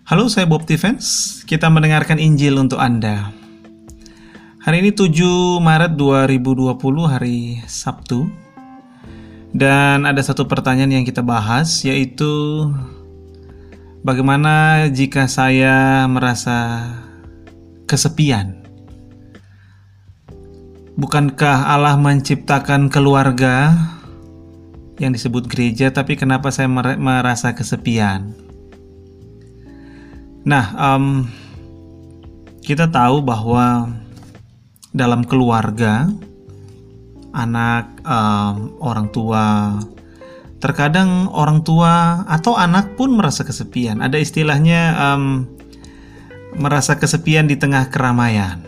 Halo, saya Bob Tivens. Kita mendengarkan Injil untuk Anda. Hari ini 7 Maret 2020, hari Sabtu. Dan ada satu pertanyaan yang kita bahas, yaitu bagaimana jika saya merasa kesepian? Bukankah Allah menciptakan keluarga yang disebut gereja, tapi kenapa saya merasa kesepian? Nah, kita tahu bahwa dalam keluarga, anak, orang tua, terkadang orang tua atau anak pun merasa kesepian. Ada istilahnya merasa kesepian di tengah keramaian.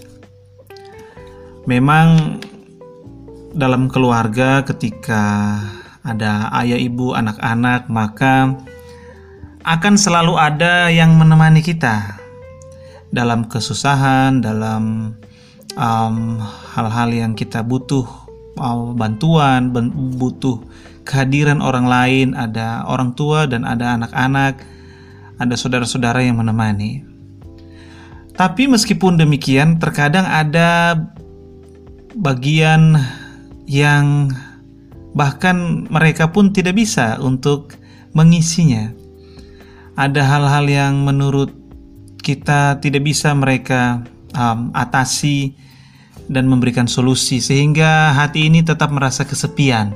Memang dalam keluarga ketika ada ayah, ibu, anak-anak, maka akan selalu ada yang menemani kita dalam kesusahan, dalam hal-hal yang kita butuh bantuan, butuh kehadiran orang lain. Ada orang tua dan ada anak-anak, ada saudara-saudara yang menemani. Tapi meskipun demikian, terkadang ada bagian yang bahkan mereka pun tidak bisa untuk mengisinya. Ada hal-hal yang menurut kita tidak bisa mereka atasi dan memberikan solusi, sehingga hati ini tetap merasa kesepian.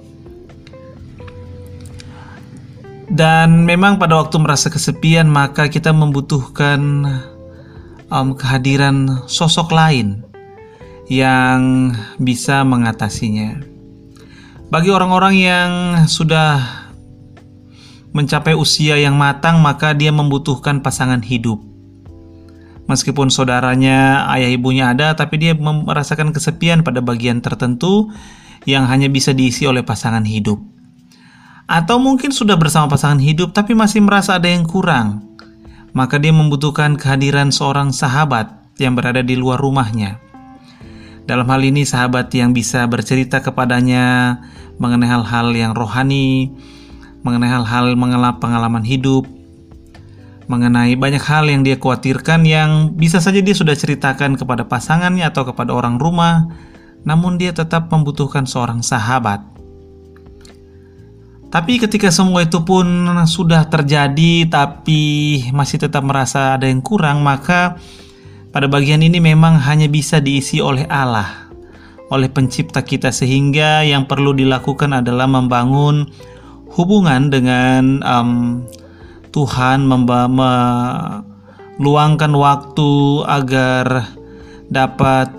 Dan memang pada waktu merasa kesepian, maka kita membutuhkan kehadiran sosok lain yang bisa mengatasinya. Bagi orang-orang yang sudah mencapai usia yang matang, maka dia membutuhkan pasangan hidup. Meskipun saudaranya, ayah ibunya ada, tapi dia merasakan kesepian pada bagian tertentu yang hanya bisa diisi oleh pasangan hidup. Atau mungkin sudah bersama pasangan hidup tapi masih merasa ada yang kurang, maka dia membutuhkan kehadiran seorang sahabat yang berada di luar rumahnya. Dalam hal ini sahabat yang bisa bercerita kepadanya mengenai hal-hal yang rohani, mengenai hal-hal pengalaman hidup, mengenai banyak hal yang dia khawatirkan yang bisa saja dia sudah ceritakan kepada pasangannya atau kepada orang rumah, namun dia tetap membutuhkan seorang sahabat. Tapi ketika semua itu pun sudah terjadi tapi masih tetap merasa ada yang kurang, maka pada bagian ini memang hanya bisa diisi oleh Allah, oleh pencipta kita, sehingga yang perlu dilakukan adalah membangun hubungan dengan Tuhan, meluangkan waktu agar dapat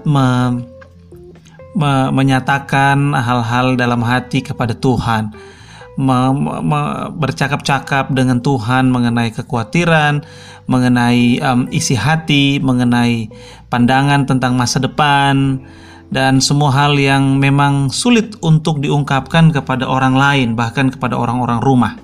menyatakan hal-hal dalam hati kepada Tuhan, bercakap-cakap dengan Tuhan mengenai kekhawatiran, mengenai isi hati, mengenai pandangan tentang masa depan, dan semua hal yang memang sulit untuk diungkapkan kepada orang lain, bahkan kepada orang-orang rumah.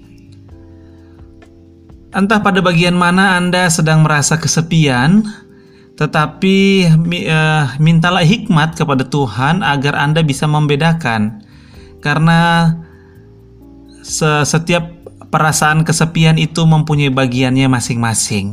Entah pada bagian mana Anda sedang merasa kesepian, tetapi mintalah hikmat kepada Tuhan agar Anda bisa membedakan, karena setiap perasaan kesepian itu mempunyai bagiannya masing-masing.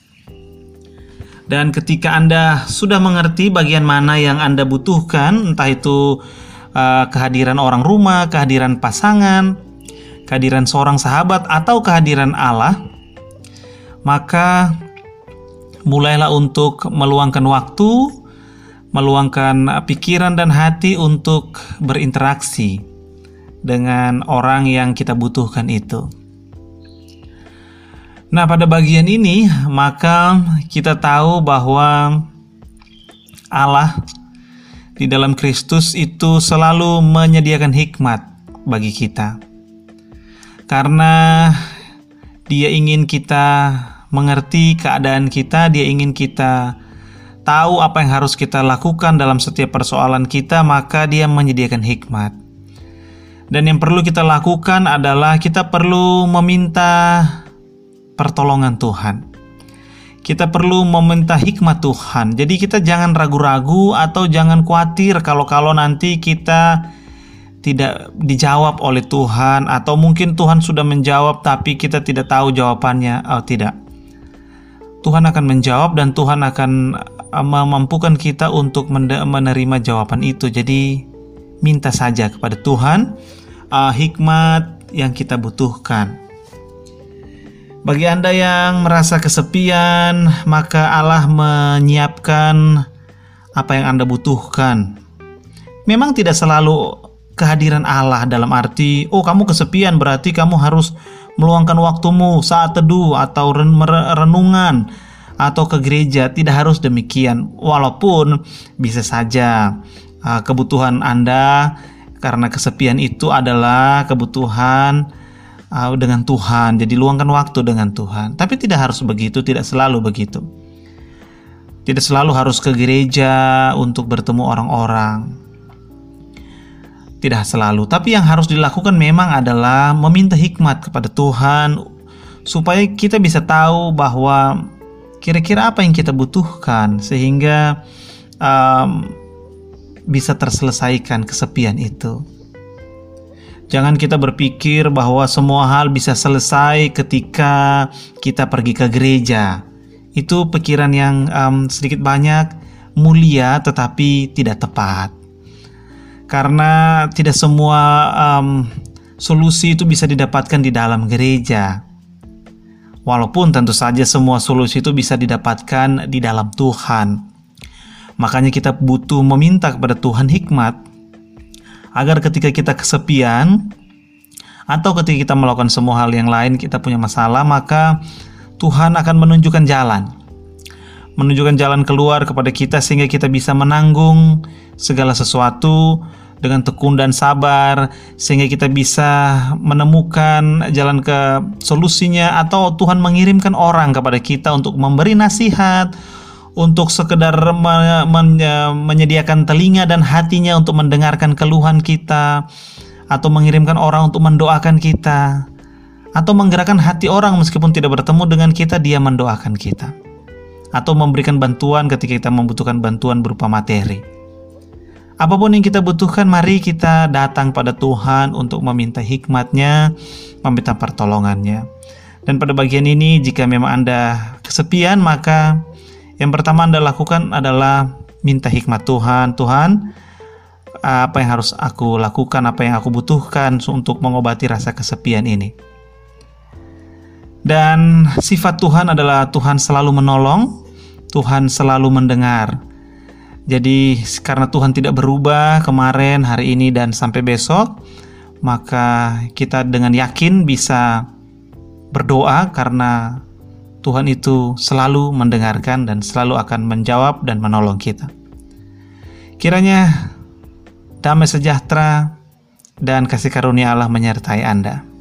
Dan ketika Anda sudah mengerti bagian mana yang Anda butuhkan, entah itu kehadiran orang rumah, kehadiran pasangan, kehadiran seorang sahabat, atau kehadiran Allah, maka mulailah untuk meluangkan waktu, meluangkan pikiran dan hati untuk berinteraksi dengan orang yang kita butuhkan itu. Nah, pada bagian ini maka kita tahu bahwa Allah di dalam Kristus itu selalu menyediakan hikmat bagi kita, karena Dia ingin kita mengerti keadaan kita, Dia ingin kita tahu apa yang harus kita lakukan dalam setiap persoalan kita, maka Dia menyediakan hikmat. Dan yang perlu kita lakukan adalah kita perlu meminta pertolongan Tuhan. Kita perlu meminta hikmat Tuhan. Jadi kita jangan ragu-ragu atau jangan khawatir kalau nanti kita tidak dijawab oleh Tuhan, atau mungkin Tuhan sudah menjawab tapi kita tidak tahu jawabannya. Oh, tidak. Tuhan akan menjawab dan Tuhan akan memampukan kita untuk menerima jawaban itu. Jadi minta saja kepada Tuhan hikmat yang kita butuhkan. Bagi Anda yang merasa kesepian, maka Allah menyiapkan apa yang Anda butuhkan. Memang tidak selalu kehadiran Allah dalam arti, oh kamu kesepian berarti kamu harus meluangkan waktumu saat teduh atau renungan atau ke gereja. Tidak harus demikian. Walaupun bisa saja kebutuhan Anda karena kesepian itu adalah kebutuhan dengan Tuhan. Jadi luangkan waktu dengan Tuhan. Tapi tidak harus begitu, tidak selalu begitu. Tidak selalu harus ke gereja untuk bertemu orang-orang. Tidak selalu, tapi yang harus dilakukan memang adalah meminta hikmat kepada Tuhan supaya kita bisa tahu bahwa kira-kira apa yang kita butuhkan sehingga bisa terselesaikan kesepian itu. Jangan kita berpikir bahwa semua hal bisa selesai ketika kita pergi ke gereja. Itu pikiran yang sedikit banyak mulia tetapi tidak tepat. Karena tidak semua solusi itu bisa didapatkan di dalam gereja. Walaupun tentu saja semua solusi itu bisa didapatkan di dalam Tuhan. Makanya kita butuh meminta kepada Tuhan hikmat agar ketika kita kesepian atau ketika kita melakukan semua hal yang lain, kita punya masalah, maka Tuhan akan menunjukkan jalan. Menunjukkan jalan keluar kepada kita sehingga kita bisa menanggung segala sesuatu dengan tekun dan sabar, sehingga kita bisa menemukan jalan ke solusinya, atau Tuhan mengirimkan orang kepada kita untuk memberi nasihat, untuk sekedar menyediakan telinga dan hatinya untuk mendengarkan keluhan kita, atau mengirimkan orang untuk mendoakan kita, atau menggerakkan hati orang meskipun tidak bertemu dengan kita, dia mendoakan kita, atau memberikan bantuan ketika kita membutuhkan bantuan berupa materi. Apapun yang kita butuhkan, mari kita datang pada Tuhan untuk meminta hikmat-Nya, meminta pertolongannya. Dan pada bagian ini, jika memang Anda kesepian, maka yang pertama Anda lakukan adalah minta hikmat Tuhan. Tuhan, apa yang harus aku lakukan, apa yang aku butuhkan untuk mengobati rasa kesepian ini. Dan sifat Tuhan adalah Tuhan selalu menolong, Tuhan selalu mendengar. Jadi karena Tuhan tidak berubah kemarin, hari ini, dan sampai besok, maka kita dengan yakin bisa berdoa karena Tuhan itu selalu mendengarkan dan selalu akan menjawab dan menolong kita. Kiranya damai sejahtera dan kasih karunia Allah menyertai Anda.